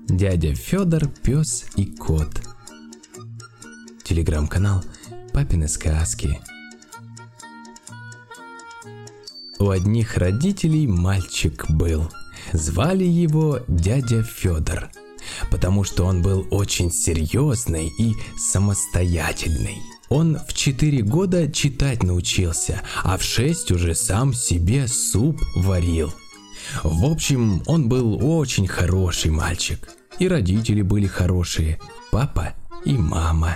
Дядя Федор, пес и кот. Телеграм-канал Папины сказки. У одних родителей мальчик был. Звали его дядя Федор, потому что он был очень серьезный и самостоятельный. Он в 4 года читать научился, а в 6 уже сам себе суп варил. В общем, он был очень хороший мальчик. И родители были хорошие, папа и мама.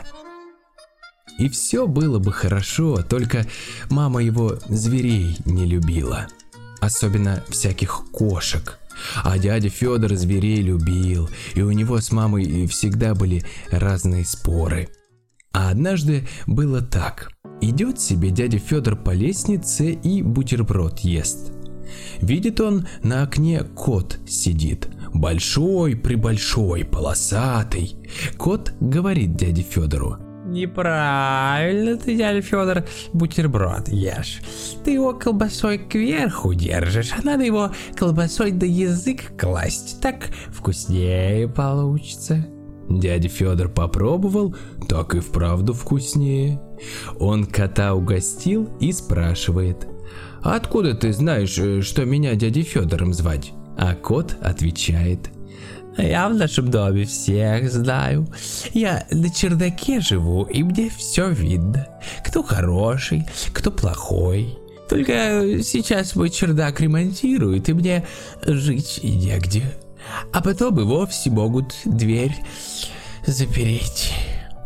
И все было бы хорошо, только мама его зверей не любила. Особенно всяких кошек. А дядя Федор зверей любил, и у него с мамой всегда были разные споры. А однажды было так. Идет себе дядя Федор по лестнице и бутерброд ест. Видит он, на окне кот сидит. Большой-пребольшой, полосатый. Кот говорит дяде Федору: «Неправильно ты, дядя Федор, бутерброд ешь. Ты его колбасой кверху держишь, а надо его колбасой до язык класть, так вкуснее получится». Дядя Федор попробовал, так и вправду вкуснее. Он кота угостил и спрашивает: «Откуда ты знаешь, что меня дядей Федором звать?» А кот отвечает: «Я в нашем доме всех знаю. Я на чердаке живу, и мне все видно. Кто хороший, кто плохой. Только сейчас мой чердак ремонтируют, и мне жить и негде. А потом и вовсе могут дверь запереть».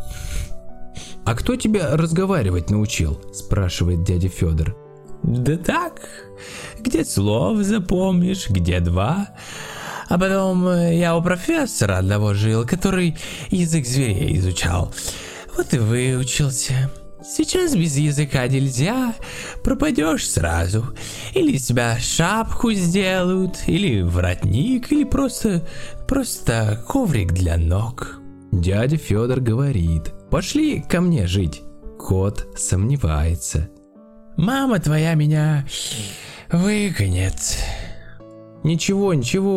«А кто тебя разговаривать научил?» – спрашивает дядя Федор. «Да так, где слов запомнишь, где два. А потом я у профессора одного жил, который язык зверей изучал. Вот и выучился. Сейчас без языка нельзя, пропадешь сразу. Или из тебя шапку сделают, или воротник, или просто коврик для ног». Дядя Федор говорит: «Пошли ко мне жить». Кот сомневается. «Мама твоя меня выгонит». «Ничего,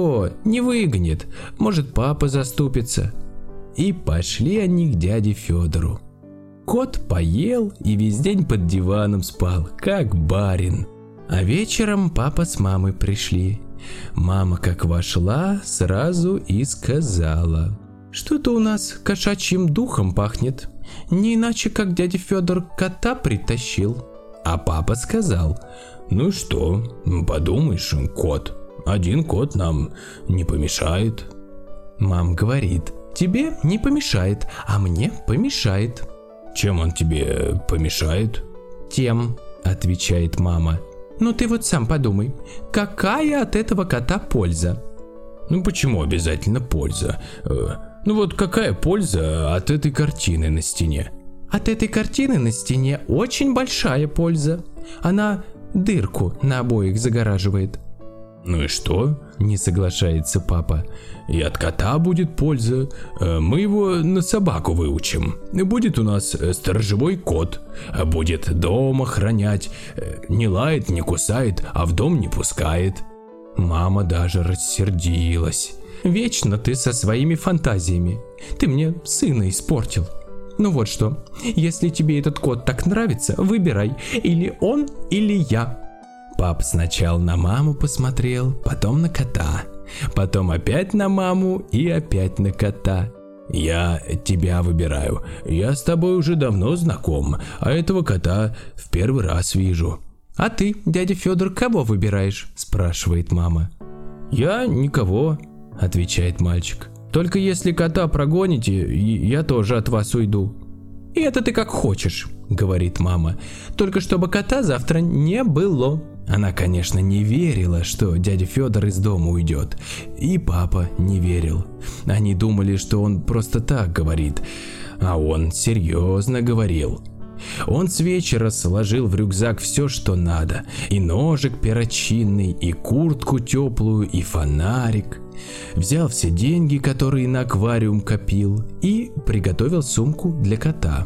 не выгонит. Может, папа заступится». И пошли они к дяде Федору. Кот поел и весь день под диваном спал, как барин. А вечером папа с мамой пришли. Мама, как вошла, сразу и сказала: «Что-то у нас кошачьим духом пахнет. Не иначе, как дядя Федор кота притащил». А папа сказал: «Ну что, подумаешь, кот. Один кот нам не помешает». Мама говорит: «Тебе не помешает, а мне помешает». «Чем он тебе помешает?» «Тем», отвечает мама. «Ну ты вот сам подумай, какая от этого кота польза?» «Ну почему обязательно польза? Ну вот какая польза от этой картины на стене?» «От этой картины на стене очень большая польза. Она дырку на обоих загораживает». «Ну и что?» – не соглашается папа. «И от кота будет польза. Мы его на собаку выучим. Будет у нас сторожевой кот. Будет дом охранять. Не лает, не кусает, а в дом не пускает». Мама даже рассердилась. «Вечно ты со своими фантазиями. Ты мне сына испортил. Ну вот что, если тебе этот кот так нравится, выбирай, или он, или я». Пап сначала на маму посмотрел, потом на кота, потом опять на маму и опять на кота. «Я тебя выбираю. Я с тобой уже давно знаком, а этого кота в первый раз вижу». «А ты, дядя Федор, кого выбираешь?» – спрашивает мама. «Я никого», – отвечает мальчик. «Только если кота прогоните, я тоже от вас уйду». «И это ты как хочешь», — говорит мама. «Только чтобы кота завтра не было». Она, конечно, не верила, что дядя Федор из дома уйдет. И папа не верил. Они думали, что он просто так говорит. А он серьезно говорил. Он с вечера сложил в рюкзак все, что надо. И ножик перочинный, и куртку теплую, и фонарик. Взял все деньги, которые на аквариум копил, и приготовил сумку для кота.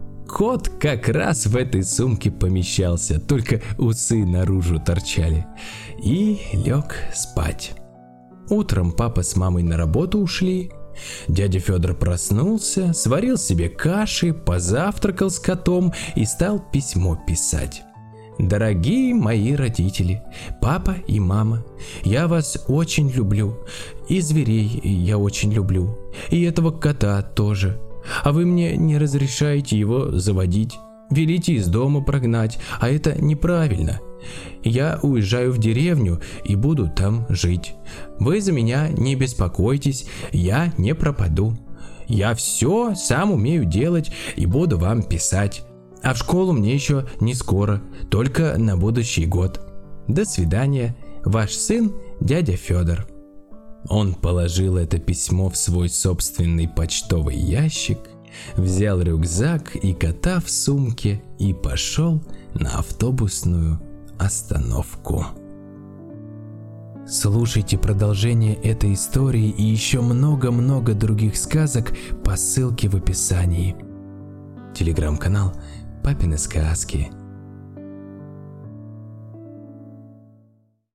Кот как раз в этой сумке помещался, только усы наружу торчали. И лег спать. Утром папа с мамой на работу ушли. Дядя Федор проснулся, сварил себе каши, позавтракал с котом и стал письмо писать. Дорогие мои родители, папа и мама, я вас очень люблю. И зверей я очень люблю. И этого кота тоже. А вы мне не разрешаете его заводить. Велите из дома прогнать, а это неправильно. Я уезжаю в деревню и буду там жить. Вы за меня не беспокойтесь, я не пропаду. Я все сам умею делать и буду вам писать. А в школу мне еще не скоро, только на будущий год. До свидания, ваш сын, дядя Федор. Он положил это письмо в свой собственный почтовый ящик, взял рюкзак и кота в сумке и пошел на автобусную остановку. Слушайте продолжение этой истории и еще много-много других сказок по ссылке в описании. Телеграм-канал «Папины сказки».